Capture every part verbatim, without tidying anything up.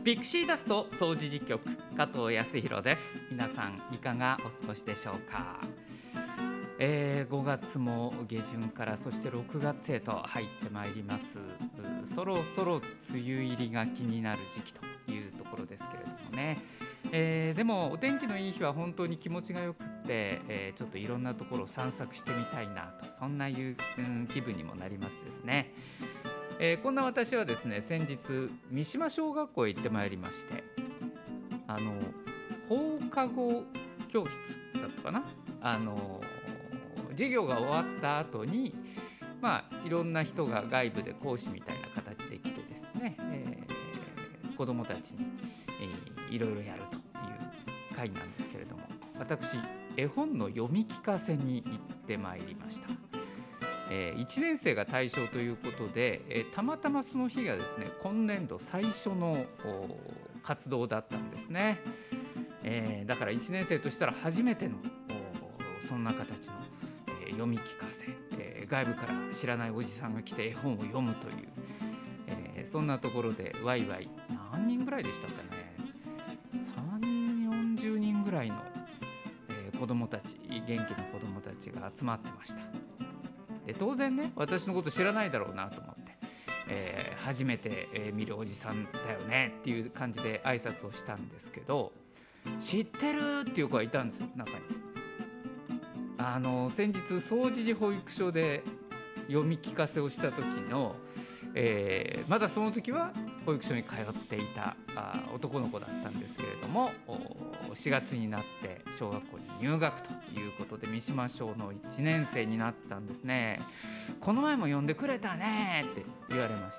ピクシーダスト掃除事局、加藤康弘です。皆さんいかがお過ごしでしょうか。えー、ごがつも下旬からそしてろくがつへと入ってまいります。そろそろ梅雨入りが気になる時期というところですけれどもね、えー、でもお天気のいい日は本当に気持ちがよくって、えー、ちょっといろんなところを散策してみたいなと、そんないう、うん、気分にもなりますですね。えー、こんな私はですね、先日三島小学校へ行ってまいりまして、あの放課後教室だったかな、あの授業が終わった後に、まあ、いろんな人が外部で講師みたいな形で来てですね、えー、子どもたちに、えー、いろいろやるという会なんですけれども、私絵本の読み聞かせに行ってまいりました。えー、いちねん生が対象ということで、えー、たまたまその日がですね、今年度最初の活動だったんですね。えー、だからいちねん生としたら初めてのそんな形の、えー、読み聞かせ、えー、外部から知らないおじさんが来て絵本を読むという、えー、そんなところでワイワイ、何人ぐらいでしたかね、さんじゅう、よんじゅうにんぐらいの、えー、子どもたち、元気な子どもたちが集まってました。で当然ね、私のこと知らないだろうなと思って、えー、初めて、えー、見るおじさんだよねっていう感じで挨拶をしたんですけど、知ってるっていう子がいたんですよ、中に。あの先日総持寺保育所で読み聞かせをした時の、えー、まだその時は保育所に通っていたあ男の子だったんですけれども、しがつになって小学校に入学ということで三島小のいちねん生になってたんですね。この前も読んでくれたねって言われまして、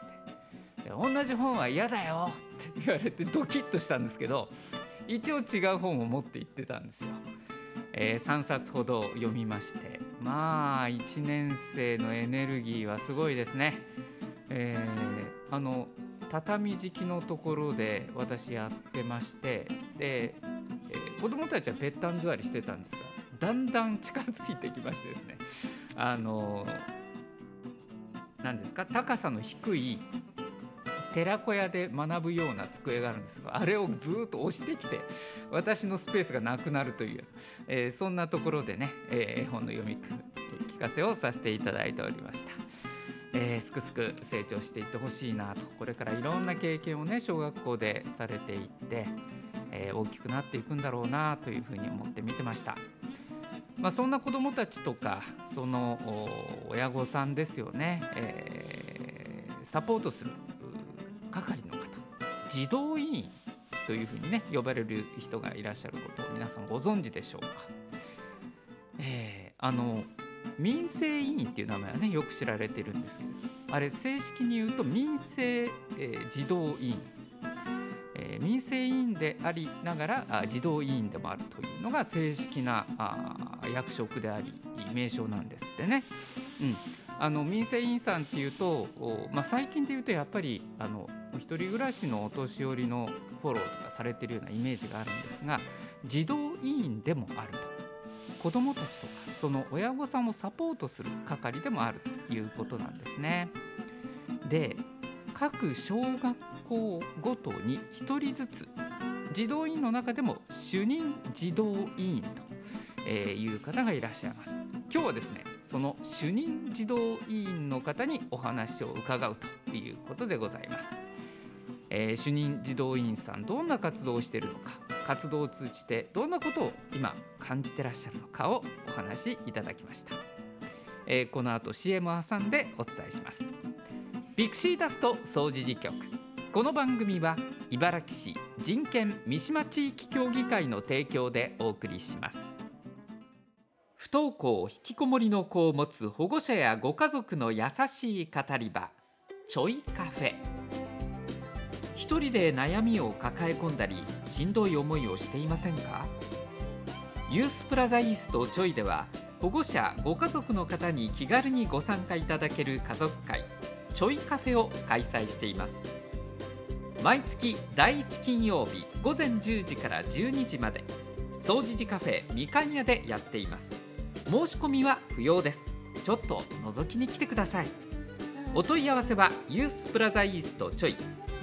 同じ本は嫌だよって言われてドキッとしたんですけど、一応違う本を持って行ってたんですよ。えー、さんさつほど読みまして、まあいちねん生のエネルギーはすごいですね。えー、あの畳敷きのところで私やってまして、で、えー、子どもたちはぺったん座りしてたんですが、だんだん近づいてきましてですね、あの何ですか、高さの低い寺子屋で学ぶような机があるんですが、あれをずっと押してきて私のスペースがなくなるという、えー、そんなところでね、えー、絵本の読み聞かせをさせていただいておりました。えー、すくすく成長していってほしいなと、これからいろんな経験をね、小学校でされていって、えー、大きくなっていくんだろうなというふうに思って見てました。まあ、そんな子どもたちとかその親御さんですよね、えー、サポートする係の方、児童委員というふうにね呼ばれる人がいらっしゃることを皆さんご存知でしょうか。えー、あの民生委員っていう名前はねよく知られているんですけど、あれ正式に言うと民生、えー、児童委員、えー、民生委員でありながらあ児童委員でもあるというのが正式なあ役職であり名称なんですってね。うん、あの民生委員さんっていうと、まあ、最近でいうとやっぱりあのお一人暮らしのお年寄りのフォローとかされているようなイメージがあるんですが、児童委員でもあると、子どもたちとかその親御さんをサポートする係でもあるということなんですね。で、各小学校ごとにひとりずつ児童委員の中でも主任児童委員という方がいらっしゃいます。今日はですね、その主任児童委員の方にお話を伺うということでございます。えー、主任児童委員さん、どんな活動をしているのか、活動を通じてどんなことを今感じてらっしゃるのかをお話しいただきました。えー、この後 シーエム を挟んでお伝えします。ピクシーダスト掃除事局、この番組は茨城市人権三島地域協議会の提供でお送りします。不登校引きこもりの子を持つ保護者やご家族の優しい語り場、ちょいカフェ。一人で悩みを抱え込んだりしんどい思いをしていませんか？ユースプラザイーストちょいでは、保護者ご家族の方に気軽にご参加いただける家族会、ちょいカフェを開催しています。毎月だいいち金曜日ごぜんじゅうじからじゅうにじまで、掃除時カフェみかん屋でやっています。申し込みは不要です。ちょっと覗きに来てください。お問い合わせはユースプラザイーストちょい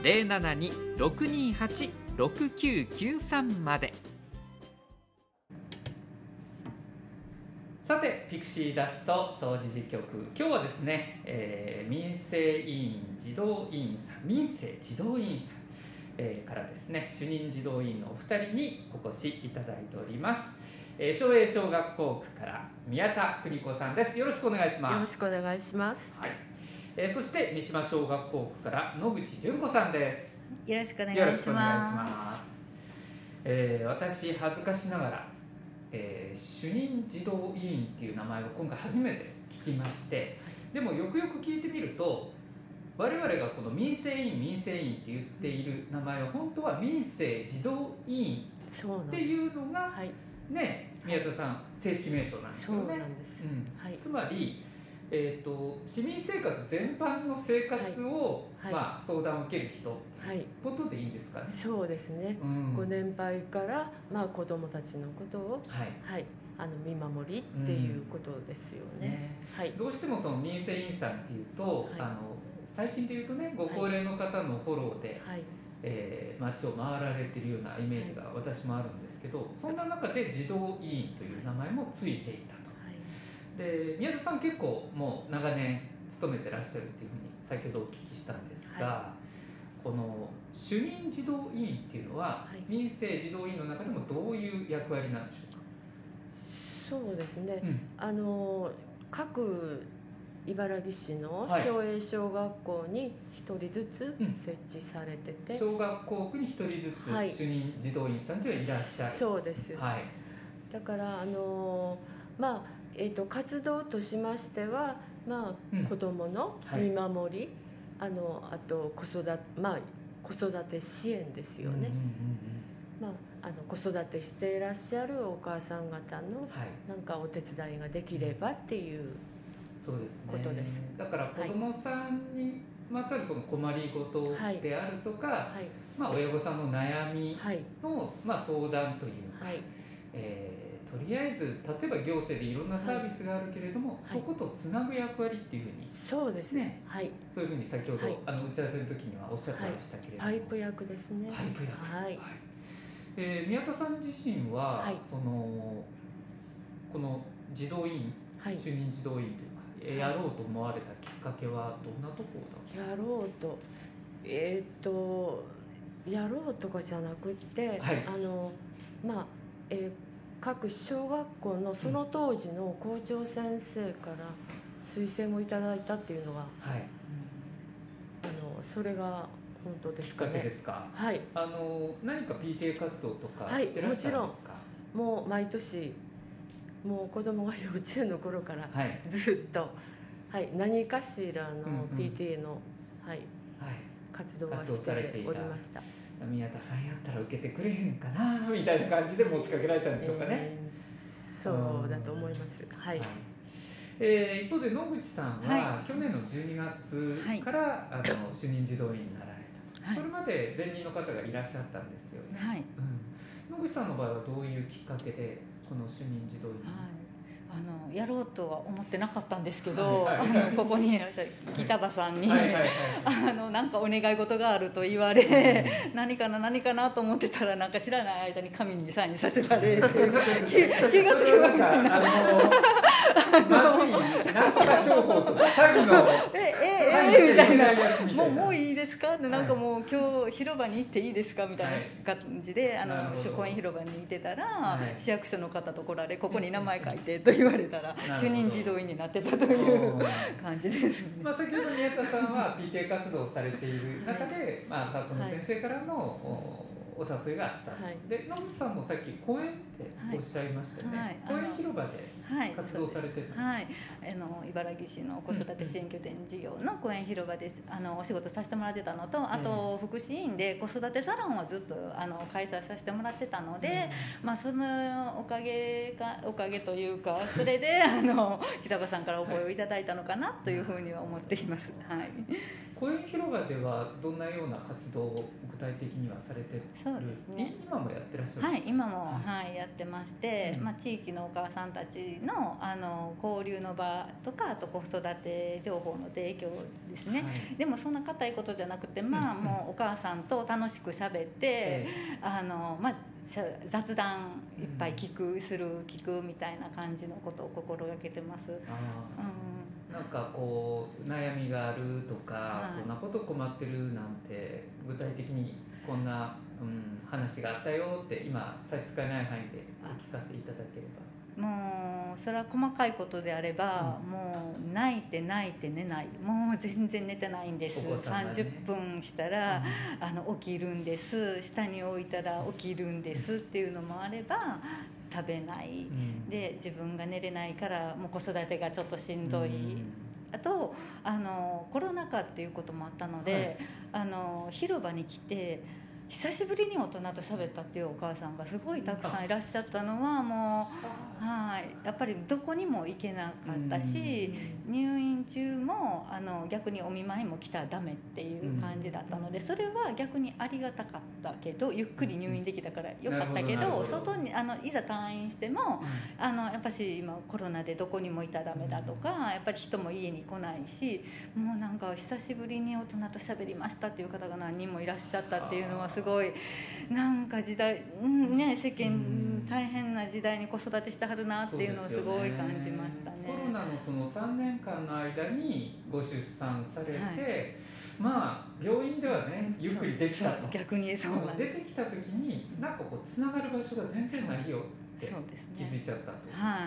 ゼロななに ろくにはち ろくきゅうきゅうさん まで。さてピクシーダスト総持事局、今日はですね、えー、民生委員児童委員さん民生児童委員さん、えー、からですね主任児童委員のお二人にお越しいただいております。えー、昭栄小学校区から宮田邦子さんです。よろしくお願いします。 よろしくお願いします。 はい。えー、そして三島小学校区から野口純子さんです。 よろしくお願いします。 よろしくお願いします。えー、私恥ずかしながら、えー、主任児童委員っていう名前を今回初めて聞きまして、でもよくよく聞いてみると我々がこの民生委員民生委員って言っている名前は本当は民生児童委員っていうのがはい、 ね、宮田さん正式名称なんですよね。 そうなんです、 うんはい、 つまりえー、と市民生活全般の生活を、はいまあ、相談を受ける人ということでいいんですかね。 はい、そうですね、うん、ご年配から、まあ、子どもたちのことを、はいはい、あの見守りっていうことですよね。うんねはい、 どうしてもその民生委員さんっていうと、はい、あの最近でいうとねご高齢の方のフォローで、はいえー、街を回られているようなイメージが私もあるんですけど、そんな中で児童委員という名前もついていた。で宮田さん結構もう長年勤めてらっしゃるっていうふうに先ほどお聞きしたんですが、はい、この主任児童委員っていうのは、はい、民生児童委員の中でもどういう役割なんでしょうか。 そうですね、うん、あの各茨城市の昭栄小学校にひとりずつ設置されてて、 うん、小学校区にひとりずつ主任児童委員さんというのがいらっしゃる、はい、 そうです、はい、だからあのまあえー、と活動としましては、まあうん、子どもの見守り、はい、あのあと子育て、まあ、子育て支援ですよね、うんうんうんまあ、あの子育てしていらっしゃるお母さん方の、はい、なんかお手伝いができればっていうことです。 だから子どもさんにまつわるその困りごとであるとか、はいはいまあ、親御さんの悩みの、はいまあ、相談というか、はいえーとりあえず例えば行政でいろんなサービスがあるけれども、はい、そことつなぐ役割っていうふうに、 そうですね、はい、 そういうふうに先ほど、はい、あの打ち合わせの時にはおっしゃってましたけれども、 はい、パイプ役ですね。 パイプ役、 はいはいえー、宮田さん自身は、はい、そのこの児童委員、はい、主任児童委員というか、やろうと思われたきっかけはどんなところだったんですか。 やろうとえー、っとやろうとかじゃなくって、はい、あのまあえー各小学校のその当時の校長先生から推薦をいただいたっていうのが、はい、あのそれが本当ですかね。 きっかけですか。はい。あの何か ピーティー 活動とかしてらっしゃるんですか。はい、もちろん。もう毎年もう子供が幼稚園の頃からずっと、はい、何かしらの ピーティー の、うんうんはいはい、活動はしておりました。 宮田さんやったら受けてくれへんかなみたいな感じで持ちかけられたんでしょうかね。えー、そうだと思います。はい。はいえー、一方で野口さんは、はい、去年のじゅうにがつから、はい、あの主任児童委員になられた、はい、それまで前任の方がいらっしゃったんですよね。はいうん、野口さんの場合はどういうきっかけでこの主任児童委員、はいあのやろうとは思ってなかったんですけど、はいはいはい、あのここにいらっしゃる北場さんに、はいはいはいはい、あのなんかお願い事があると言われ、うん、何かな何かなと思ってたらなんか知らない間に紙にサインさせられて気がつきましたまずいなんとか商法とか詐欺のえええみたいなもうもういいですかってなんかもう今日広場に行っていいですかみたいな感じで、はい、あの公園広場にいてたら、はい、市役所の方と来られここに名前書いてと言われたら主任児童委員になってたという感じですね。 まあ先ほど宮田さんは ピーティー 活動をされている中で、はいまあ、学校の先生からの、はいお誘いがあった、はい、で野口さんもさっき公園っておっしゃいましたね、はい、公園広場で活動されてるんです、 はい、あの茨城市の子育て支援拠点事業の公園広場であのお仕事させてもらってたのとあと福祉院で子育てサロンはずっとあの開催させてもらってたので、うんまあ、そのおかげかおかげというかそれであの北場さんからお声をいただいたのかなというふうには思っています、はい、 公園広場ではどんなような活動を具体的にはされてるんですか。 そうですね。 今もやってらっしゃるんですか？ はい、今も、はいはい、やってまして、うん、まあ、地域のお母さんたちの、あの交流の場とか、あと子育て情報の提供ですね、はい、でもそんな固いことじゃなくて、まあ、もうお母さんと楽しくしゃべって、あのまあ雑談いっぱい聞く、する聞くみたいな感じのことを心がけてます。あ、 うん、なんかこう悩みがあるとか、はい、こんなこと困ってるなんて具体的にこんな、うん、話があったよって今差し支えない範囲でお聞かせいただければ。 もうそれは細かいことであれば、うん、もう泣いて泣いて寝ない、もう全然寝てないんです、ね、さんじゅっぷんしたら、うん、あの起きるんです、下に置いたら起きるんですっていうのもあれば、食べない、うん、で自分が寝れないからもう子育てがちょっとしんどい、うん、あとあのコロナ禍っていうこともあったので、はい、あの広場に来て久しぶりに大人と喋ったっていうお母さんがすごいたくさんいらっしゃったのは、もう、はい、やっぱりどこにも行けなかったし、入院中もあの逆にお見舞いも来たらダメっていう感じだったので、それは逆にありがたかったけど、ゆっくり入院できたからよかったけど、外にあのいざ退院しても、あのやっぱし今コロナでどこにもいたらダメだとか、やっぱり人も家に来ないし、もうなんか久しぶりに大人と喋りましたっていう方が何人もいらっしゃったっていうのはすごいなんか時代、うんね、世間大変な時代に子育てしてはるなっていうのをすごい感じましたね。 コロナのそのさんねんかんの間にご出産されて、はい、まあ病院ではねゆっくりできたと、 逆にそうなん出てきた時になんかこうつながる場所が全然ないよって気づいちゃったと、 はい、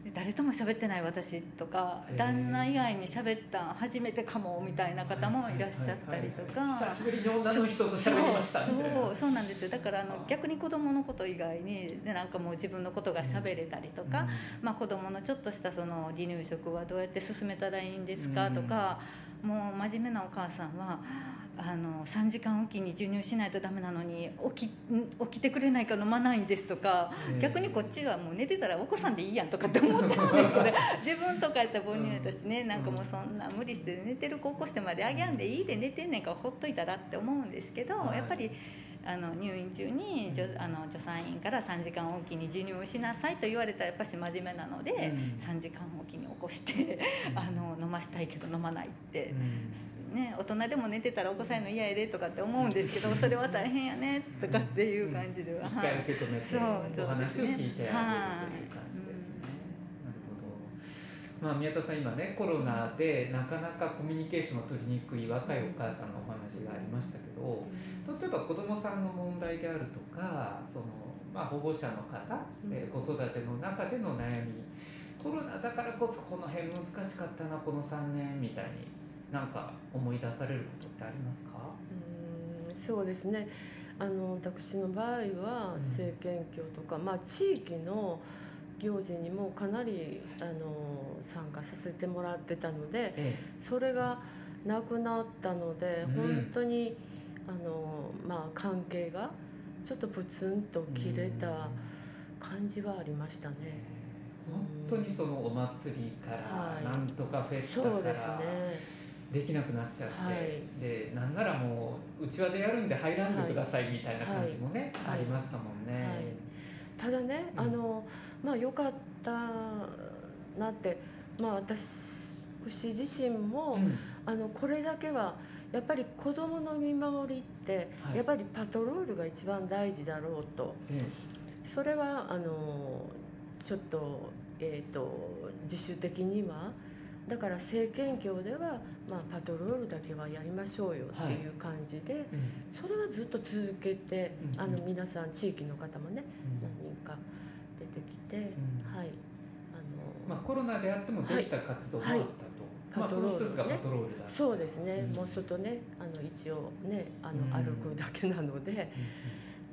誰とも喋ってない私とか、旦那以外に喋った初めてかもみたいな方もいらっしゃったりとか、 久しぶりに女の人と喋りましたみたいな。 そうそうなんですよ。だからあの逆に子供のこと以外にでなんかもう自分のことが喋れたりとか、うんまあ、子供のちょっとしたその離乳食はどうやって進めたらいいんですかとか、うん、もう真面目なお母さんはあのさんじかんおきに授乳しないとダメなのに起き、起きてくれないか飲まないんですとか、逆にこっちはもう寝てたらお子さんでいいやんとかって思っちゃうんですけど自分とかやったら母乳だしね、なんかもうそんな無理して寝てる子起こしてまであげやんでいいで寝てんねんからほっといたらって思うんですけど、やっぱりあの入院中に助あの助産院からさんじかんおきに授乳をしなさいと言われたらやっぱし真面目なので、うん、さんじかんおきに起こしてあの飲ましたいけど飲まないって、うんね、大人でも寝てたら起こされるの嫌やでとかって思うんですけどそれは大変やねとかっていう感じでは、 うん、一回受け止めて、はい、お話を聞いてあげるという感じですね。なるほど。まあ、宮田さん今ねコロナでなかなかコミュニケーションが取りにくい若いお母さんのお話がありましたけど、例えば子どもさんの問題であるとかその、まあ、保護者の方、うんえー、子育ての中での悩み、コロナだからこそこの辺難しかったなこのさんねんみたいになんか思い出されることってありますか？ うーんそうですね、あの私の場合は政権教とか、うんまあ、地域の行事にもかなりあの参加させてもらってたので、ええ、それがなくなったので、うん、本当にあの、まあ、関係がちょっとプツンと切れた感じはありましたね。 うん、本当にそのお祭りからなんとかフェスタからできなくなっちゃって、はい、でなんならもううちわでやるんで入らんでくださいみたいな感じもね、はい、ありましたもんね。はい、 ただね、うん、あのまあ良かったなって、まあ私自身も、うん、あのこれだけはやっぱり子どもの見守りって、はい、やっぱりパトロールが一番大事だろうと、うん、それはあのちょっと、えーと、自主的にはだから政権教では、まあ、パトロールだけはやりましょうよっていう感じで、はいうん、それはずっと続けて、うん、あの皆さん地域の方もね、うん、何人か出てきて、うん、はいあのまあ、コロナであってもできた活動もあったと、はいまあ、その一つがパトロールだ、ね、 そうですね、うん、もう外ねあの一応ねあの歩くだけなので、うん、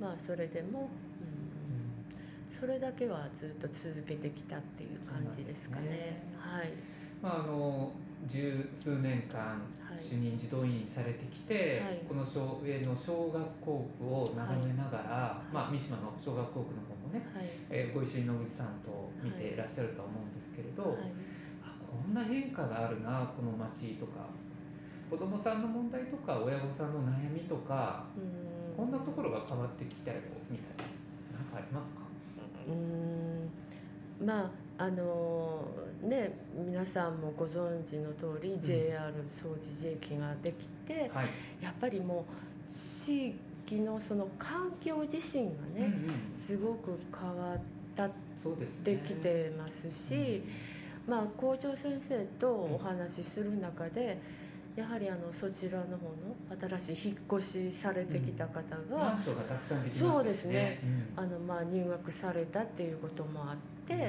まあそれでも、うん、それだけはずっと続けてきたっていう感じですかね。はい。 まああの十数年間主任児童委員されてきて、はい、この上の小学校区を眺めながら、はいまあ、三島の小学校区の方もね、はいえー、ご一緒に野口さんと見ていらっしゃるとは思うんですけれど、はいこんな変化があるなこの町とか子どもさんの問題とか親御さんの悩みとかこんなところが変わってきたよみたいな、なんかありますか？ うーんまああのね、皆さんもご存知の通り、うん、ジェイアール 総除寺駅ができて、はい、やっぱりもう地域のその環境自身がね、うんうん、すごく変わったってきてますし、うん、まあ校長先生とお話しする中で、やはりあのそちらの方の新しい引っ越しされてきた方が、 マンションがたくさんできましたね。 そうですね、うん、あのまあ入学されたっていうこともあって、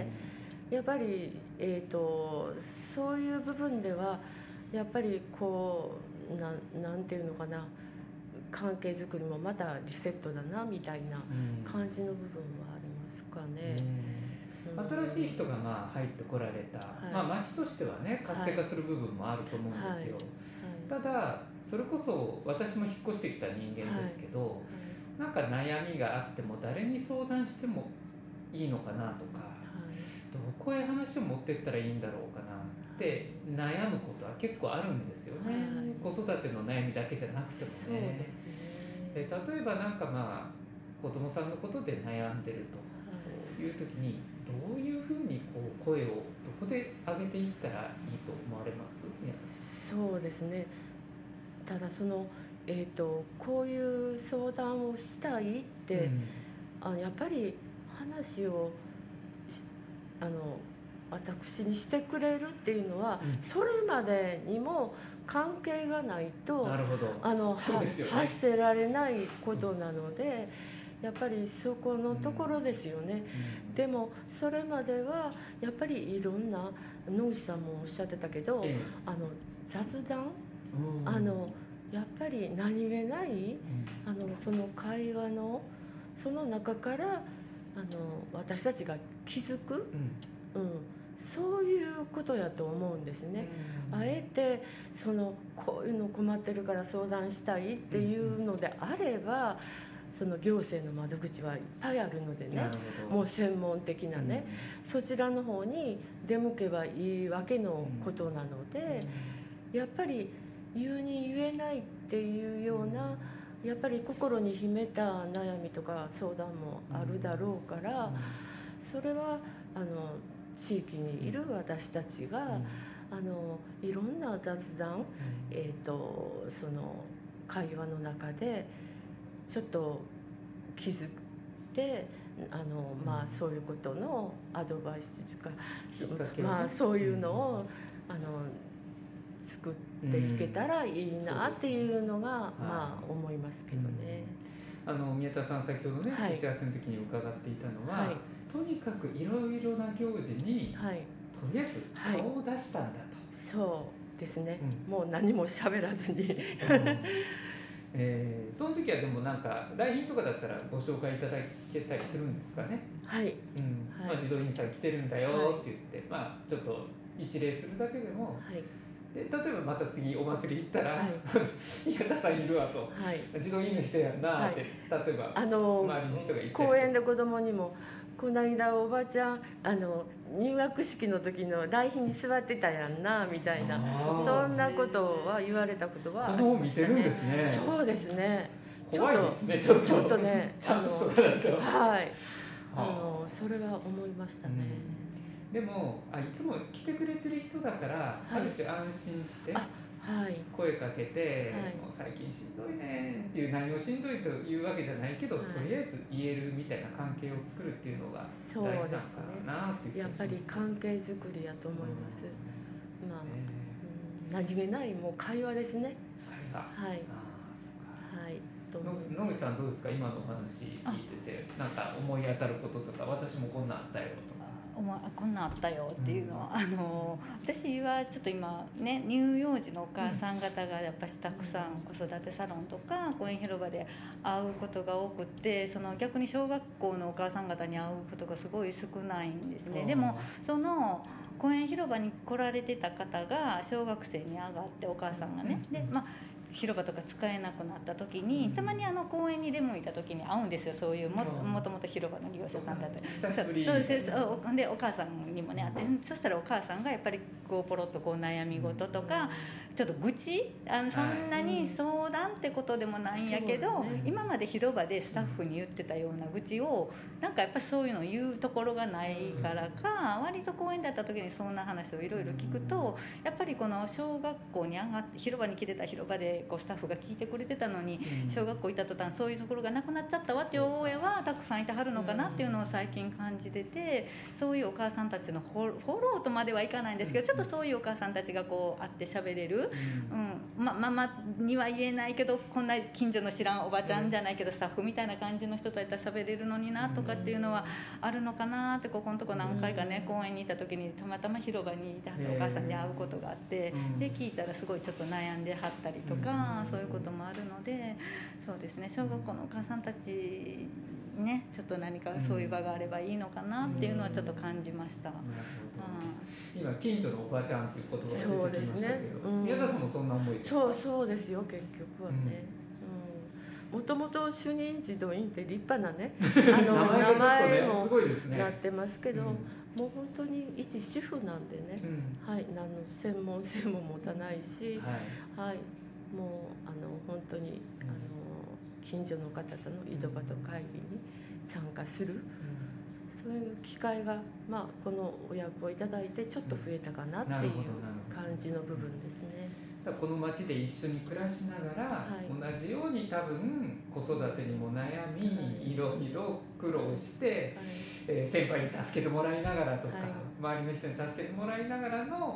うん、やっぱり、えーと、そういう部分ではやっぱりこう な, なんていうのかな、関係づくりもまたリセットだなみたいな感じの部分はありますかね。 うん、新しい人がまあ入ってこられた、はい、まあ、町としてはね活性化する部分もあると思うんですよ、はいはい、ただそれこそ私も引っ越してきた人間ですけど、はいはい、なんか悩みがあっても誰に相談してもいいのかなとか、はい、どこへ話を持っていったらいいんだろうかなって悩むことは結構あるんですよね、はい、子育ての悩みだけじゃなくてもね。そうですね。で例えばなんかまあ子供さんのことで悩んでるという時にどういうふうにこう声をどこで上げていったらいいと思われます？ そうですね。ただその、えーと、こういう相談をしたいって、うん、あのやっぱり話をあの私にしてくれるっていうのは、うん、それまでにも関係がないとなるほどあの、ね、発せられないことなので、やっぱりそこのところですよね、うん、でもそれまではやっぱりいろんな野口さんもおっしゃってたけど、ええ、あの雑談、うん、あのやっぱり何気ない、うん、あのその会話のその中からあの私たちが気づく、うんうん、そういうことやと思うんですね、うん、あえてそのこういうの困ってるから相談したいっていうのであれば、その行政の窓口はいっぱいあるのでね、もう専門的なね、うん、そちらの方に出向けばいいわけのことなので、うん、やっぱり言うに言えないっていうような、やっぱり心に秘めた悩みとか相談もあるだろうから、それはあの地域にいる私たちが、うん、あのいろんな雑談、うん、えーと、その会話の中でちょっと気づいて、あの、うん、まあそういうことのアドバイスというか、まあそういうのを、うん、あの作っていけたらいいなっていうのが、うん、まあ思いますけどね。 うん、あの宮田さん先ほどね、はい、打ち合わせの時に伺っていたのは、はい、とにかくいろいろな行事に、はい、とりあえず顔を出したんだと、はい、 そうですね、うん、もう何も喋らずに、うんえー、その時はでもなんか ライン とかだったらご紹介いただけたりするんですかね。 はい、 うんはい、まあ、児童員さん来てるんだよって言って、はい、まあちょっと一礼するだけでも、はい、で例えばまた次お祭り行ったら、はい、宮田さんいるわと、はい、児童員の人やんなって、はい、例えばあの周りの人がいて公園で子供にもこの間おばちゃんあの入学式の時の来賓に座ってたやんなみたいな、そんなことは言われたことはありましたね。 子供見てるんですね。 そうですね。 怖いですね。ちょっとちょっとねちゃんとしとかないと。 はい。あのそれは思いましたね。 うん、でもあいつも来てくれてる人だから、はい、ある種安心して。はい、声かけて、はい、もう最近しんどいねっていう、何をしんどいというわけじゃないけど、はい、とりあえず言えるみたいな関係を作るっていうのが大事なのかなっていう気がします、ね、 やっぱり関係づくりやと思います、うん、まあ、えー、うん、何気ないもう会話ですね。 会話、はい、あそうか、 はい、 野口さんどうですか、今のお話聞いててなんか思い当たることとか、私もこんなんあったよとか、 おま、こんなんあったよっていうのは、うん、あの私はちょっと今ね、乳幼児のお母さん方がやっぱしたくさん子育てサロンとか公園広場で会うことが多くて、その逆に小学校のお母さん方に会うことがすごい少ないんですね。でもその公園広場に来られてた方が小学生に上がって、お母さんがね、で、まあ、 広場とか使えなくなった時に、たまにあの公園にでもいた時に会うんですよ、そういう も, もともと広場の利用者さんだったり、 久しぶりそうですそうでお母さんにもね会って、うん、そしたらお母さんがやっぱりこうポロッとこう悩み事とか、ちょっと愚痴あのそんなに相談ってことでもないんやけど、ね、今まで広場でスタッフに言ってたような愚痴をなんかやっぱりそういうのを言うところがないからか、割と公園だった時にそんな話をいろいろ聞くと、やっぱりこの小学校に上がって広場に来てた広場でこうスタッフが聞いてくれてたのに、小学校行った途端そういうところがなくなっちゃったわっていう親はたくさんいてはるのかなっていうのを最近感じてて、そういうお母さんたちのフォローとまではいかないんですけど、ちょっとそういうお母さんたちがこう会って喋れる、うんま、ママには言えないけどこんな近所の知らんおばちゃんじゃないけどスタッフみたいな感じの人とやったら喋れるのになとかっていうのはあるのかなって、ここのとこ何回かね公園にいた時にたまたま広場にいたお母さんに会うことがあって、で聞いたらすごいちょっと悩んではったりとか、そういうこともあるので、そうですね、小学校のお母さんたちね、ちょっと何かそういう場があればいいのかなっていうのはちょっと感じました。 うん、今近所のおばあちゃんっていう言葉が出てきましたけど、 ね、 宮田さんもそんな思いですか？ そうそうですよ、結局はね。もともと主任児童院って立派なね、あの名前もなってますけど、もう本当に一主婦なんでね、うん、はい、何の専門性も持たないし、はい、はい、もうあの本当にあの近所の方との井戸端会議に参加する、うん、そういう機会が、まあ、このお役をいただいてちょっと増えたかなっていう感じの部分ですね。 だからこの町で一緒に暮らしながら、はい、同じように多分子育てにも悩み、はい、いろいろ苦労して、はい、えー、先輩に助けてもらいながらとか、はい、周りの人に助けてもらいながらの、はい、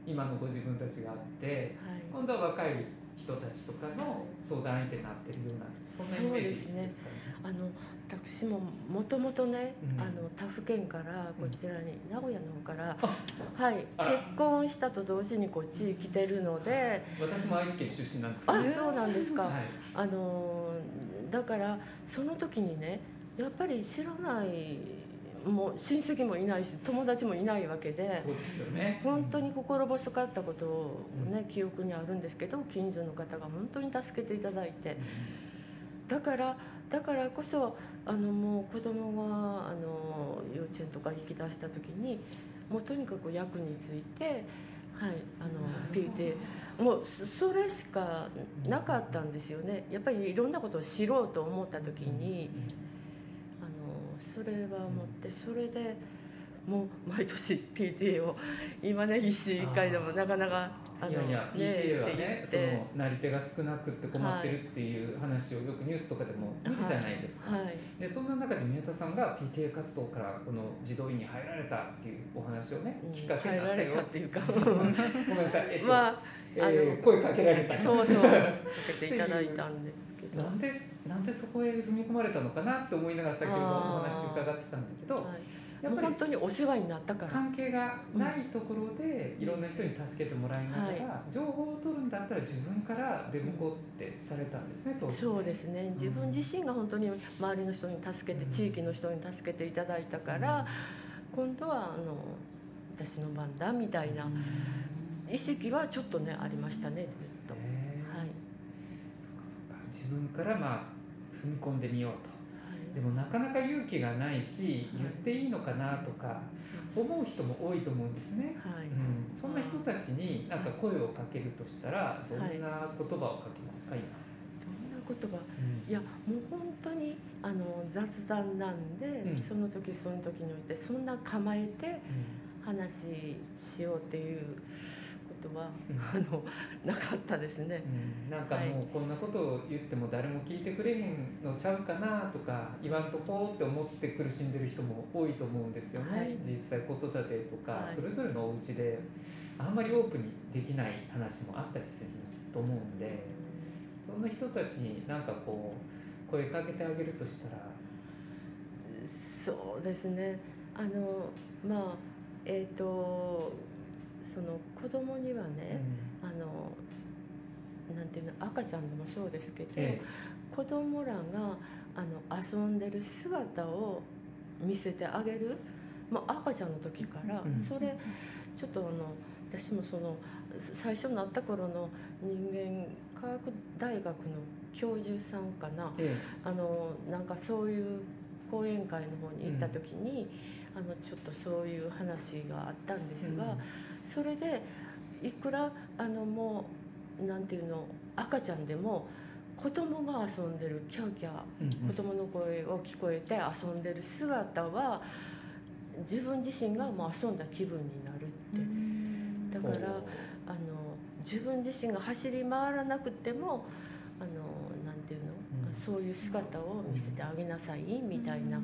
今のご自分たちがあって、はい、今度は若い人たちとかの相談相手になってるような、そんなイメージですかね。 あの私ももともとね、うん、あの他府県からこちらに、うん、名古屋の方から、はい、結婚したと同時にこっち来てるので、 私も愛知県出身なんですけど、 ね、あ、そうなんですか、はい、あのだからその時にね、やっぱり知らないもう親戚もいないし友達もいないわけで、 そうですよね、 本当に心細かったことを、ね、うん、記憶にあるんですけど、近所の方が本当に助けていただいて、うん、だからだからこそあのもう子供があの幼稚園とか引き出した時にもうとにかく役について、はい、あの ピーティー もうそれしかなかったんですよね。やっぱりいろんなことを知ろうと思った時に、あのそれは思って、それでもう毎年 ピーティー を今ね必死いっかいでもなかなかいやいや、ピーティー はね、そのなり手が少なくって困ってるっていう話をよくニュースとかでも見るじゃないですか、はいはい、でそんな中で宮田さんが ピーティーエー 活動からこの児童院に入られたっていうお話をね、うん、きっかけになったよ。入られたっていうかごめんなさい、えっと、まあえー、声かけられた、 そうそうかけていただいたんですけどなんで、なんでそこへ踏み込まれたのかなって思いながら先ほどお話伺ってたんだけど、 やっぱり本当にお世話になったから、 関係がないところでいろんな人に助けてもらいながら、はい、情報を取るんだったら自分から出向こうってされたんですね、当時ね。 そうですね、自分自身が本当に周りの人に助けて、うん、地域の人に助けていただいたから、うん、今度はあの私の番だみたいな意識はちょっとねありましたね、ずっと、はい、 そっかそっか、自分からまあ踏み込んでみようと。でもなかなか勇気がないし、言っていいのかなとか思う人も多いと思うんですね、はい、うん、そんな人たちに何か声をかけるとしたらどんな言葉をかけますか、今。 どんな言葉、うん、いやもう本当にあの雑談なんで、うん、その時その時においてそんな構えて話しようっていうは、うん、あのなかったですね、 うん、なんかもうこんなことを言っても誰も聞いてくれへんのちゃうかなとか言わんとこうって思って苦しんでる人も多いと思うんですよね、はい、実際子育てとか、はい、それぞれのお家であんまりオープンにできない話もあったりすると思うんで、そんな人たちになんかこう声かけてあげるとしたら。 そうですね、あのまあえっ、ー、とその子供にはね、うん、あのなんていうの、赤ちゃんでもそうですけど、ええ、子供らがあの遊んでる姿を見せてあげる、まあ、赤ちゃんの時から、うん、それちょっとあの私もその最初になった頃の人間科学大学の教授さんかな、 ええ、 あのなんかそういう講演会の方に行った時に、うん、あのちょっとそういう話があったんですが、うん、それでいくらあのもうなんていうの赤ちゃんでも子供が遊んでるキャーキャー、うんうん、子供の声を聞こえて遊んでる姿は自分自身がもう遊んだ気分になるって。だからあの自分自身が走り回らなくてもあのなんていうの、うん、そういう姿を見せてあげなさいみたいな、うん、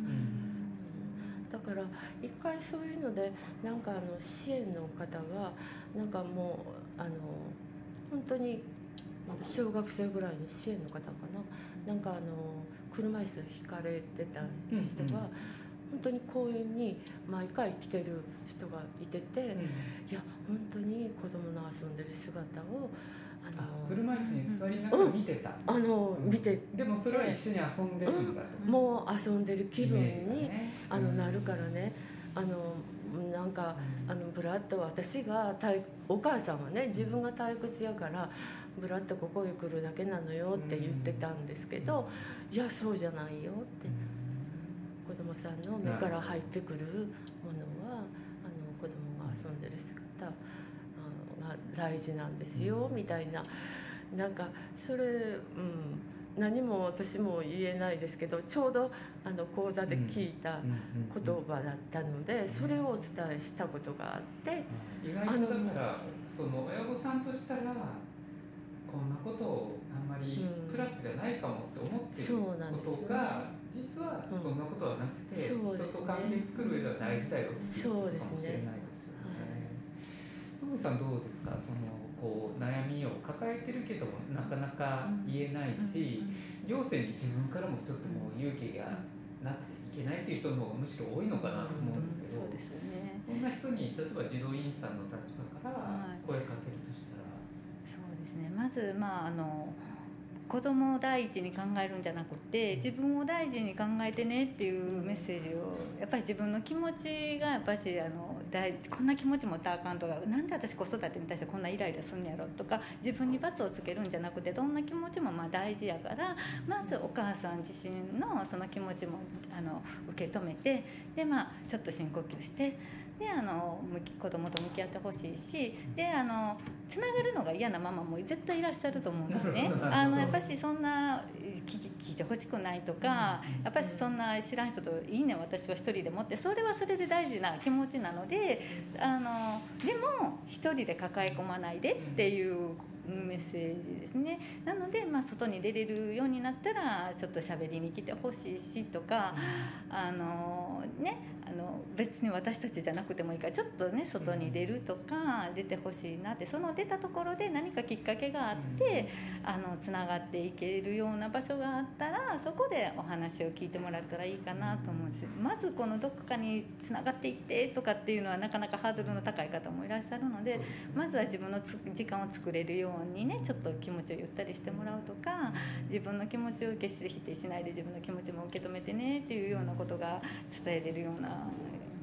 だから一回そういうのでなんかあの支援の方がなんかもうあの本当に小学生ぐらいの支援の方かな、なんかあの車椅子引かれてた人が、うんうん、本当に公園に毎回来てる人がいてて、うん、いや本当に子供の遊んでる姿をあのあ車椅子に座りながら見てた、 うん、あの見て、 でもそれは一緒に遊んでるんだと、 うん、もう遊んでる気分に、ね、あのなるからね、あのなんかあのブラッと私が体お母さんはね自分が退屈やからブラッとここへ来るだけなのよって言ってたんですけど、いやそうじゃないよって、子供さんの目から入ってくるものはあの子供が遊んでる姿が大事なんですよみたいな、なんかそれ、うん、何も私も言えないですけどちょうどあの講座で聞いた言葉だったのでそれをお伝えしたことがあって、 意外とだからその親御さんとしたらこんなことをあんまりプラスじゃないかもって思っていることが、うん、実はそんなことはなくて、うん、人と関係作る上では大事だよっていうことかもしれないですよね。野口さんどうですか、そのこう悩みを抱えてるけどもなかなか言えないし、行政に自分からもちょっともう勇気がなくていけないっていう人の方がむしろ多いのかなと思うんですけど、 うん、そうですよね、 そんな人に例えば児童委員さんの立場から声かけるとしたら、はい、 そうですね、まず、まあ、あの子供を第一に考えるんじゃなくて自分を大事に考えてねっていうメッセージをやっぱり自分の気持ちがやっぱしあの大こんな気持ち持ったらあかんとか、なんで私子育てに対してこんなイライラすんやろとか、自分に罰をつけるんじゃなくてどんな気持ちもまあ大事やから、まずお母さん自身のその気持ちもあの受け止めて、で、まあ、ちょっと深呼吸してであの子供と向き合ってほしいし、であのつながるのが嫌なママも絶対いらっしゃると思うんですね。あのやっぱしそんな聞いてほしくないとか、やっぱしそんな知らん人といいね私は一人で持って、それはそれで大事な気持ちなので、あのでも一人で抱え込まないでっていうメッセージですね。なので、まあ、外に出れるようになったらちょっと喋りに来てほしいしとか、あのねあの別に私たちじゃなくてもいいからちょっとね外に出るとか出てほしいなって、その出たところで何かきっかけがあってあのつながっていけるような場所があったらそこでお話を聞いてもらったらいいかなと思うんです。まずこのどこかにつながっていってとかっていうのはなかなかハードルの高い方もいらっしゃるので、まずは自分の時間を作れるようにねちょっと気持ちをゆったりしてもらうとか、自分の気持ちを決して否定しないで自分の気持ちも受け止めてねっていうようなことが伝えれるような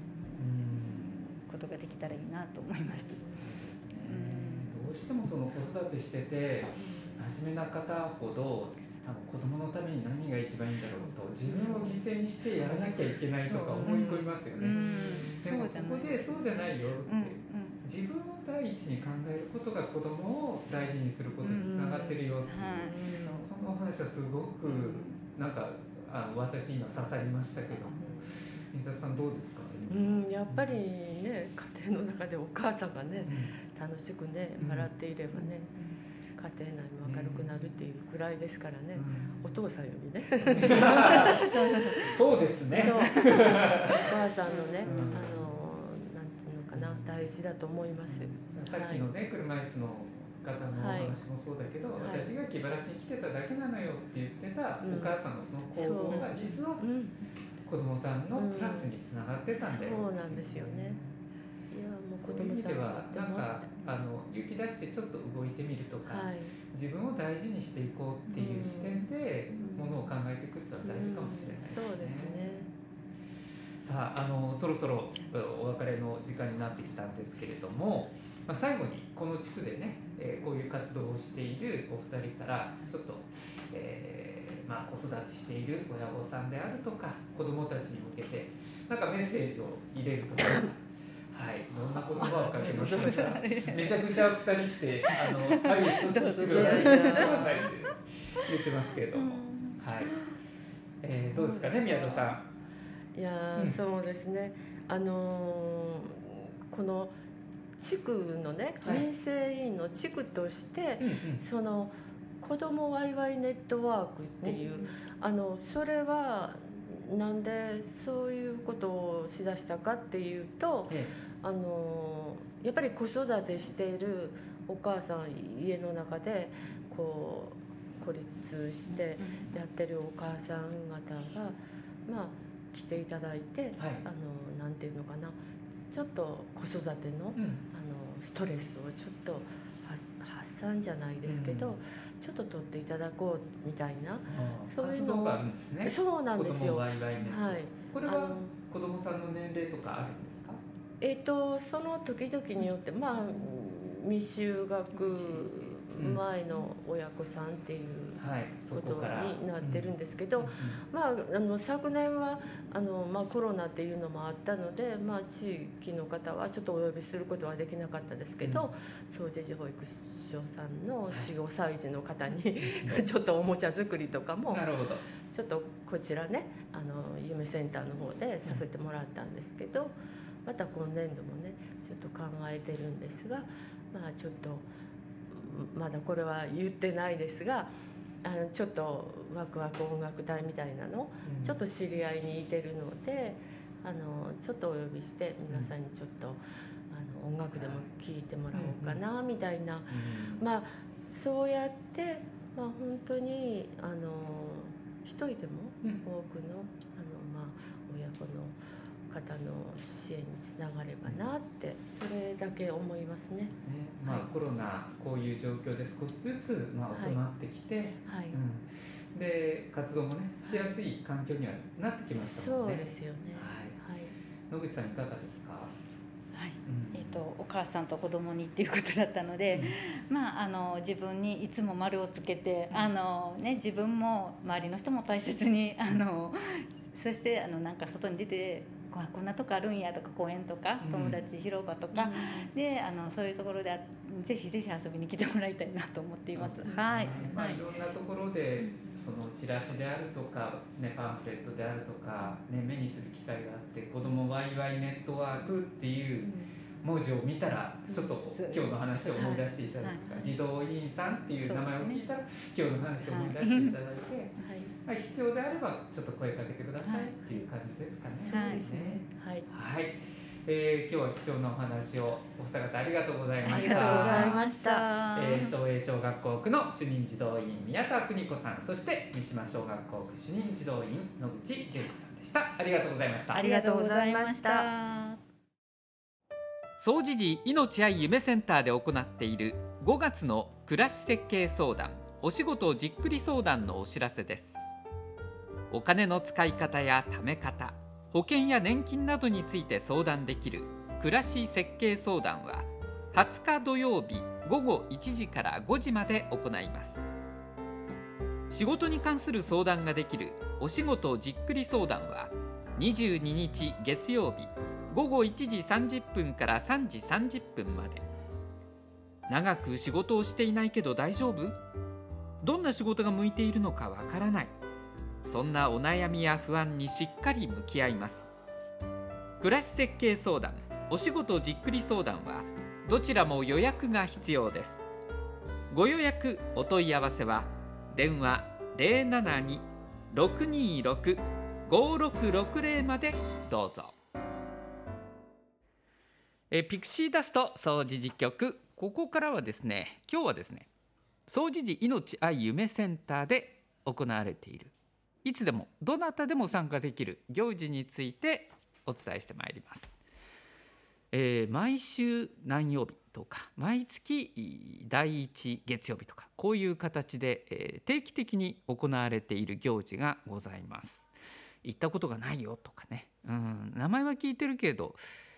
ことができたらいいなと思います。 どうしてもその子育てしてて真面目な方ほど多分子供のために何が一番いいんだろうと自分を犠牲にしてやらなきゃいけないとか思い込みますよね。でもそこでそうじゃないよって、自分を第一に考えることが子供を大事にすることにつながってるよっていう、このお話はすごくなんかあの私今刺さりましたけども、水田さんどうですか？ うん、やっぱりね家庭の中でお母さんがね、うん、楽しくね笑っていればね、うん、家庭内も明るくなるっていうくらいですからね、うん、お父さんよりねそうですねそうお母さんのね、うん、あのなんていうのかな大事だと思います。 さっきのね、はい、車椅子の方のお話もそうだけど、はい、私が気晴らしに来てただけなのよって言ってたお母さんのその行動が実は、うん子供さんのプラスにつながってたんだよ、 うん、そうなんですよね。いやもう子供さんそういう意味ではなんかあの勇気出してちょっと動いてみるとか、はい、自分を大事にしていこうっていう視点でものを考えていくっていうのは大事かもしれないですね、 うんうん、そうですね。 さあ、あのそろそろお別れの時間になってきたんですけれども、 まあ、最後にこの地区でね、えー、こういう活動をしているお二人からちょっと、えーまあ、子育てしている親御さんであるとか子どもたちに向けてなんかメッセージを入れるとかはい、どんな言葉をかけましょうか。めちゃくちゃ二人してあのはいそっち行ってくださいって言ってますけれども、はい、えー、どうですかね宮田さん。いや、うん、そうですね、あのー、この地区のね、はい、民生委員の地区として、うんうん、その子どもワイワイネットワークっていう、うん、あのそれはなんでそういうことをしだしたかっていうと、ええ、あのやっぱり子育てしているお母さん家の中でこう孤立してやってるお母さん方が、まあ、来ていただいて、はい、あのなんていうのかな、ちょっと子育ての、うん、あのストレスをちょっと発散じゃないですけど、うん、ちょっと取っていただこうみたいな、 そういうのがあるんですね。 そうなんですよ。 子供ワイワイネット、はい、これは子供さんの年齢とかあるんですか？ えーと、その時々によって、まあ、未就学前の親子さんっていうことになってるんですけど、まあ、あの昨年はあの、まあ、コロナっていうのもあったので、まあ、地域の方はちょっとお呼びすることはできなかったですけど、総持寺保育所さんの よん,ご 歳児の方にちょっとおもちゃ作りとかもちょっとこちらね、あの夢センターの方でさせてもらったんですけど、また今年度もねちょっと考えてるんですが、まあちょっとまだこれは言ってないですが、あのちょっとワクワク音楽隊みたいなの、うん、ちょっと知り合いにいてるので、あのちょっとお呼びして皆さんにちょっと、うん、あの音楽でも聴いてもらおうかなみたいな、うん、まあそうやって、まあ、本当にあの一人でも多くの、うん、あのまあ親子の方の支援につながればなってそれだけ思いますね。 ね、まあ、はい、コロナこういう状況で少しずつ、まあ、収まってきて、はいはい、うん、で活動もねしやすい環境にはなってきましたもんね。 そうですよね。はい、はい、 野口さんいかがですか？ はい、うん、えーと、お母さんと子供にっていうことだったので、うん、まあ、あの自分にいつも丸をつけて、うん、あのね、自分も周りの人も大切にあのそしてあのなんか外に出てこんなとこあるんやとか公園とか友達広場とか、うん、であのそういうところでぜひぜひ遊びに来てもらいたいなと思っています。はい、 まあ、いろんなところでそのチラシであるとか、ね、パンフレットであるとか、ね、目にする機会があって子どもワイワイネットワークっていう文字を見たらちょっと今日の話を思い出していただくとか、はい、児童委員さんっていう名前を聞いたら、ね、今日の話を思い出していただいて、はいまあ、必要であればちょっと声かけてくださいっていう感じですかね。 そうですね。はい、 はい、えー、今日は貴重なお話をお二方ありがとうございました。 ありがとうございました。 えー、松栄小学校区の主任児童委員宮田邦子さん、そして三島小学校区主任児童委員野口純子さんでした。ありがとうございました。 ありがとうございました。 総持寺命愛夢センターで行っているごがつの暮らし設計相談、お仕事をじっくり相談のお知らせです。お金の使い方や貯め方、保険や年金などについて相談できる暮らし設計相談ははつか土曜日ごごいちじからごじまで行います。仕事に関する相談ができるお仕事をじっくり相談はにじゅうににち月曜日ごごいちじさんじゅっぷんからさんじさんじゅっぷんまで。長く仕事をしていないけど大丈夫？どんな仕事が向いているのかわからない。そんなお悩みや不安にしっかり向き合います。暮らし設計相談、お仕事じっくり相談はどちらも予約が必要です。ご予約お問い合わせは電話 ゼロななに ろくにろく ごろくろくゼロ までどうぞ。えピクシーダスト総持寺局、ここからはですね、今日はですね、総持寺命愛夢センターで行われている、いつでもどなたでも参加できる行事についてお伝えしてまいります。えー、毎週何曜日とか毎月だいいち月曜日とか、こういう形で、えー、定期的に行われている行事がございます。行ったことがないよとかね、うん、名前は聞いてるけど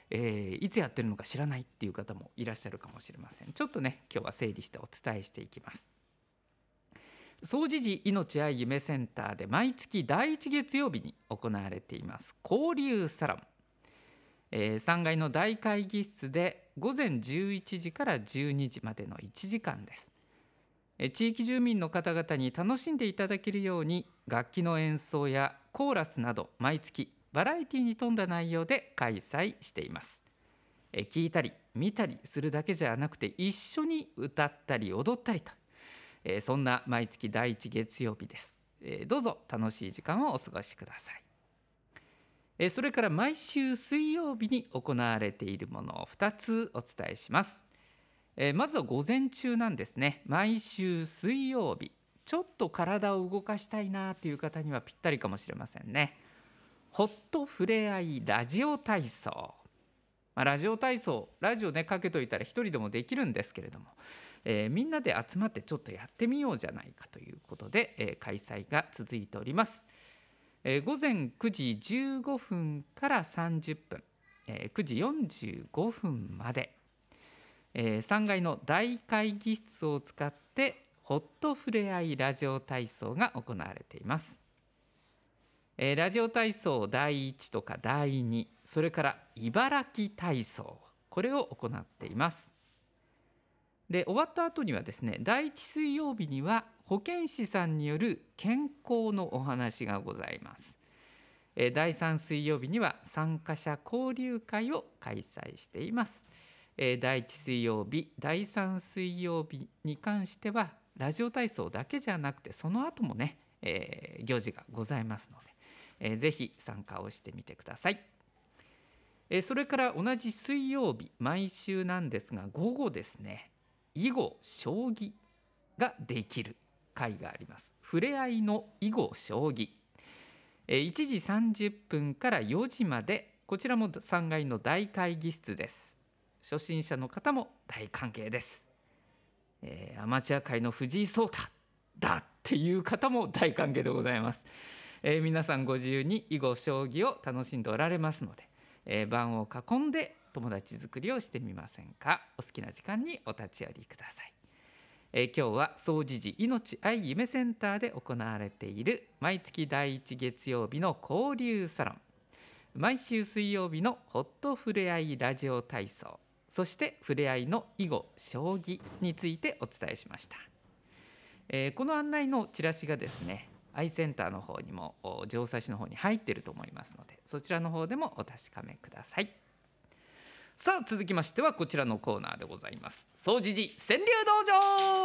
えー、いつやってるのか知らないっていう方もいらっしゃるかもしれません。ちょっとね今日は整理してお伝えしていきます。総持寺いのち愛夢センターで毎月だいいち月曜日に行われています交流サロン、えー、さんがいの大会議室で午前じゅういちじからじゅうにじまでのいちじかんです。えー、地域住民の方々に楽しんでいただけるように楽器の演奏やコーラスなど毎月バラエティに富んだ内容で開催しています。え聞いたり見たりするだけじゃなくて一緒に歌ったり踊ったりと、えそんな毎月だいいち月曜日です。えどうぞ楽しい時間をお過ごしください。えそれから毎週水曜日に行われているものをふたつお伝えします。えまずは午前中なんですね。毎週水曜日、ちょっと体を動かしたいなという方にはぴったりかもしれませんね。ホットふれあいラジオ体操、まあ、ラジオ体操ラジオねかけといたら一人でもできるんですけれども、えー、みんなで集まってちょっとやってみようじゃないかということで、えー、開催が続いております。えー、午前くじじゅうごふんからさんじゅっぷん、えー、くじよんじゅうごふんまで、えー、さんがいの大会議室を使ってホットふれあいラジオ体操が行われています。えー、ラジオ体操だいいちとかだいに、それから茨城体操、これを行っています。で終わった後にはですね、だいいち水曜日には保健師さんによる健康のお話がございます。えー、だいさん水曜日には参加者交流会を開催しています。えー、だいいち水曜日、だいさん水曜日に関してはラジオ体操だけじゃなくてその後もね、えー、行事がございますので、えー、ぜひ参加をしてみてください。えー、それから同じ水曜日、毎週なんですが午後ですね、囲碁将棋ができる会があります。ふれあいの囲碁将棋、えー、いちじさんじゅっぷんからよじまで、こちらもさんがいの大会議室です。初心者の方も大歓迎です。えー、アマチュア界の藤井聡太だっていう方も大歓迎でございます。えー、皆さんご自由に囲碁将棋を楽しんでおられますので、えー、盤を囲んで友達作りをしてみませんか。お好きな時間にお立ち寄りください。えー、今日は総持寺いのち愛夢センターで行われている毎月だいいち月曜日の交流サロン、毎週水曜日のホットふれあいラジオ体操、そしてふれあいの囲碁将棋についてお伝えしました。えー、この案内のチラシがですね、愛センターの方にも城西市の方に入っていると思いますので、そちらの方でもお確かめください。さあ続きましてはこちらのコーナーでございます。総持寺川柳道場。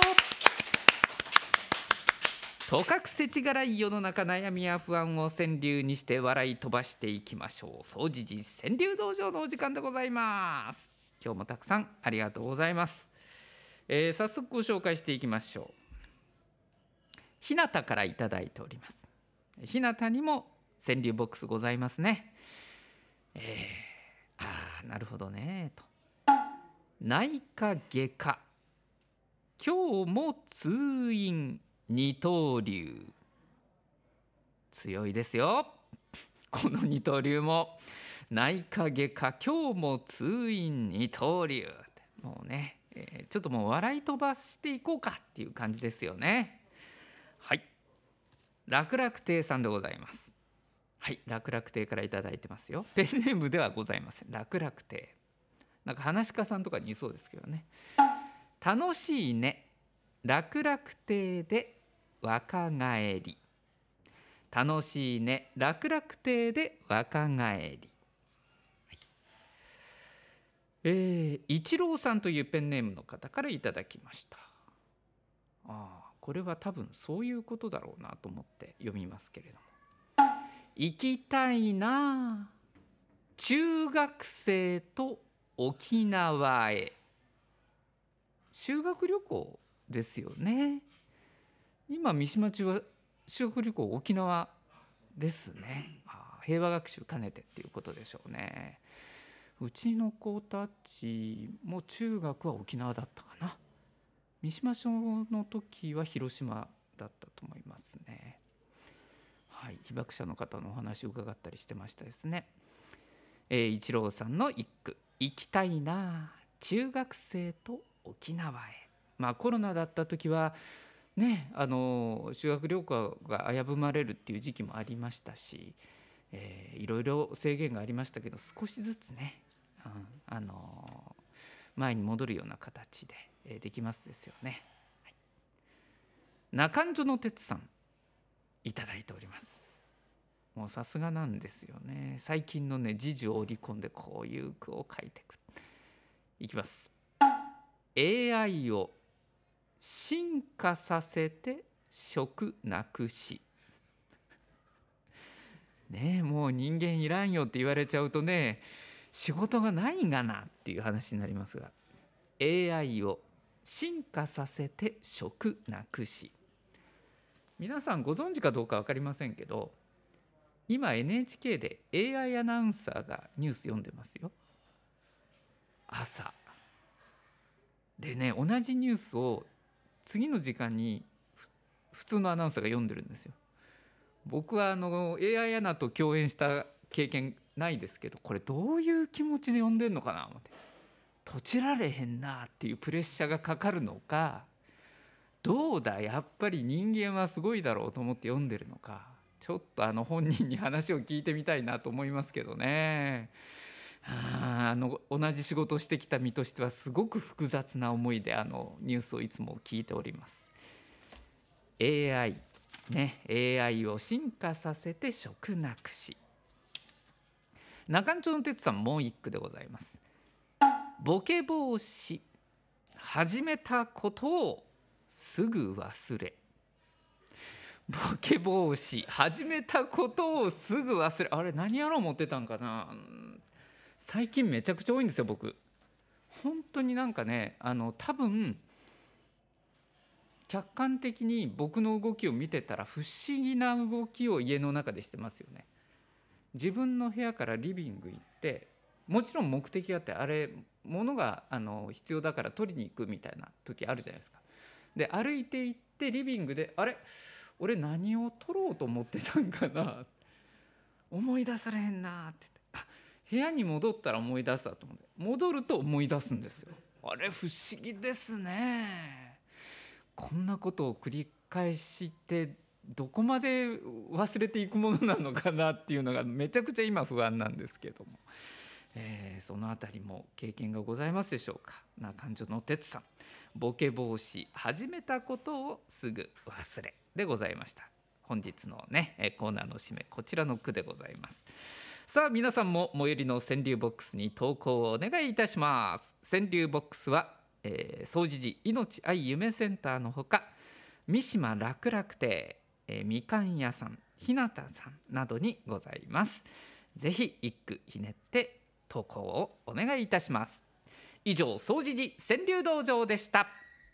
とかくせちがらい世の中、悩みや不安を川柳にして笑い飛ばしていきましょう。総持寺川柳道場のお時間でございます。今日もたくさんありがとうございます。えー、早速ご紹介していきましょう。ひなたからいただいております。ひなたにも川柳ボックスございますね。えー、あーなるほどねと。内科外科、今日も通院二刀流、強いですよこの二刀流も。内科外科、今日も通院二刀流、もうね、えー、ちょっともう笑い飛ばしていこうかっていう感じですよね。はい、楽楽亭さんでございます。はい、楽楽亭からいただいてますよ。ペンネームではございません。楽楽亭、なんか話し家さんとかにいそうですけどね。楽しいね、楽楽亭で若返り。楽しいね、楽楽亭で若返り。はい、えー、一郎さんというペンネームの方からいただきました。ああ、これは多分そういうことだろうなと思って読みますけれども。行きたいな、中学生と沖縄へ。修学旅行ですよね。今三島中は修学旅行沖縄ですね。あ、平和学習兼ねてっていうことでしょうね。うちの子たちも中学は沖縄だったかな。三島小の時は広島だったと思いますね。はい、被爆者の方のお話を伺ったりしてましたですね。 えー、一郎さんの一句、行きたいな中学生と沖縄へ。まあコロナだった時はね、あの修学旅行が危ぶまれるっていう時期もありましたし、えー、いろいろ制限がありましたけど、少しずつね、うん、あの前に戻るような形で、えー、できますですよね。はい、中んじょの哲さんいただいております。もうさすがなんですよね。最近のね時事を織り込んでこういう句を書いてくる。いきます。 エーアイ を進化させて職なくし。ねえ、もう人間いらんよって言われちゃうとね、仕事がないんがなっていう話になりますが、 エーアイ を進化させて職なくし。皆さんご存知かどうか分かりませんけど、今 エヌエイチケー で エーアイ アナウンサーがニュース読んでますよ、朝でね。同じニュースを次の時間に普通のアナウンサーが読んでるんですよ。僕はあの エーアイ アナと共演した経験ないですけど、これどういう気持ちで読んでんのかな思って、とちられへんなっていうプレッシャーがかかるのか、どうだやっぱり人間はすごいだろうと思って読んでるのか、ちょっとあの本人に話を聞いてみたいなと思いますけどね。ああの同じ仕事をしてきた身としてはすごく複雑な思いであのニュースをいつも聞いております。 エーアイ ね、エーアイ を進化させて職なくし。中んちょの哲さんもう一句でございます。ボケ防止、始めたことをすぐ忘れ。ボケ防止、始めたことをすぐ忘れ。あれ何やろう思ってたんかな。最近めちゃくちゃ多いんですよ僕。本当になんかね、あの多分客観的に僕の動きを見てたら不思議な動きを家の中でしてますよね。自分の部屋からリビング行って、もちろん目的があって、あれ物があの必要だから取りに行くみたいな時あるじゃないですか。で歩いて行ってリビングで、あれ俺何を取ろうと思ってたんかな、思い出されへんなって言って、あ部屋に戻ったら思い出すだと思って、戻ると思い出すんですよ。あれ不思議ですね。こんなことを繰り返してどこまで忘れていくものなのかなっていうのがめちゃくちゃ今不安なんですけども、えー、そのあたりも経験がございますでしょうか。中んじょの哲さん、ボケ防止、始めたことをすぐ忘れでございました。本日のねコーナーの締め、こちらの句でございます。さあ皆さんも最寄りの川柳ボックスに投稿をお願いいたします。川柳ボックスは、えー、総持寺いのち愛夢センターのほか、三島楽々亭、えー、みかん屋さん、ひなたさんなどにございます。ぜひ一句ひねって投稿をお願いいたします。以上、総持寺川柳道場でした。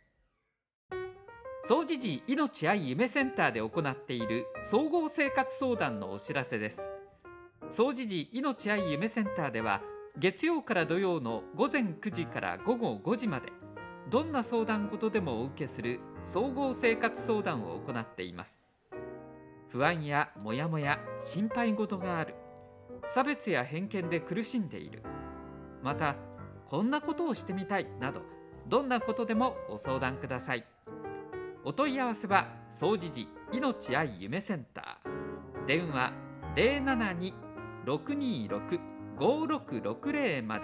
総持寺いのち愛夢センターで行っている総合生活相談のお知らせです。総持寺いのち愛夢センターでは、月曜から土曜のごぜんくじからごごごじまで、どんな相談事でもお受けする総合生活相談を行っています。不安やモヤモヤ、心配事がある、差別や偏見で苦しんでいる、またこんなことをしてみたいなど、どんなことでもご相談ください。お問い合わせは総持寺いのち愛夢センター、電話 ゼロななに ろくにろく ごろくろくゼロ まで。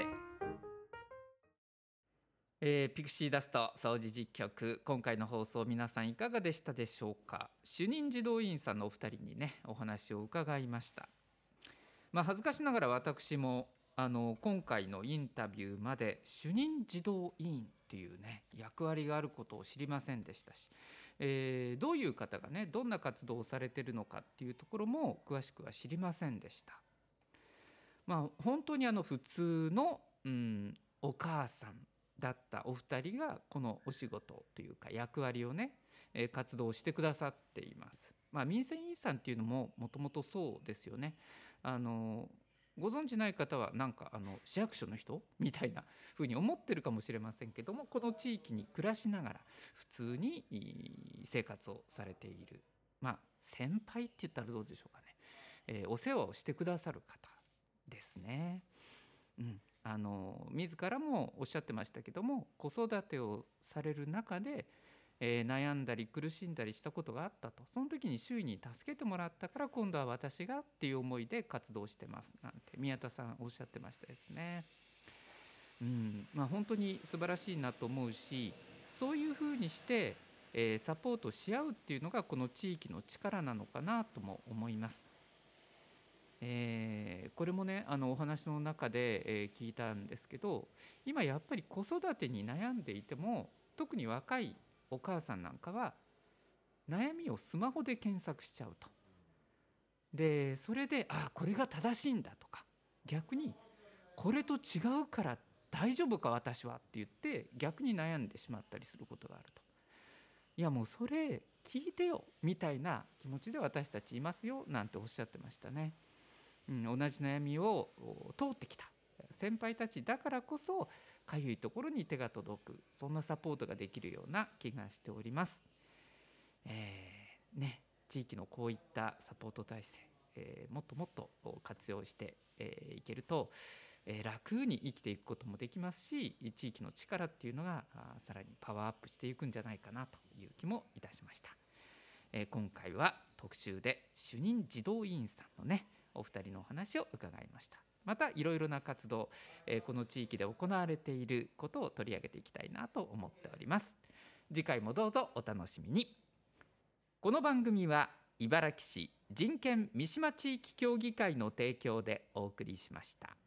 えー、ピクシーダスト総持寺局、今回の放送皆さんいかがでしたでしょうか。主任児童委員さんのお二人にねお話を伺いました。まあ、恥ずかしながら私もあの今回のインタビューまで主任児童委員っていうね役割があることを知りませんでしたし、えー、どういう方がねどんな活動をされているのかっていうところも詳しくは知りませんでした。まあ、本当にあの普通の、うん、お母さんだったお二人がこのお仕事というか役割をね、えー、活動してくださっています。まあ、民生委員さんっていうのももともとそうですよね。あのご存じない方はなんかあの市役所の人みたいなふうに思ってるかもしれませんけども、この地域に暮らしながら普通に生活をされている、まあ先輩って言ったらどうでしょうかね、えー、お世話をしてくださる方ですね。うん、あの自らもおっしゃってましたけども、子育てをされる中で、えー、悩んだり苦しんだりしたことがあったと。その時に周囲に助けてもらったから、今度は私がっていう思いで活動してますなんて宮田さんおっしゃってましたですね。うんまあ、本当に素晴らしいなと思うし、そういうふうにして、えーサポートし合うっていうのがこの地域の力なのかなとも思います。えーこれもね、あのお話の中で、えー聞いたんですけど、今やっぱり子育てに悩んでいても、特に若いお母さんなんかは悩みをスマホで検索しちゃうと。でそれで、あこれが正しいんだとか、逆にこれと違うから大丈夫か私はって言って逆に悩んでしまったりすることがあると。いやもうそれ聞いてよみたいな気持ちで私たちいますよなんておっしゃってましたね。うん、同じ悩みを通ってきた先輩たちだからこそ、かゆいところに手が届く、そんなサポートができるような気がしております。えーね、地域のこういったサポート体制、えーもっともっと活用してい、えーいけると、えー楽に生きていくこともできますし、地域の力っていうのがあさらにパワーアップしていくんじゃないかなという気もいたしました。えー今回は特集で主任児童委員さんのねお二人のお話を伺いました。またいろいろな活動、えーこの地域で行われていることを取り上げていきたいなと思っております。次回もどうぞお楽しみに。この番組は茨城市人権三島地域協議会の提供でお送りしました。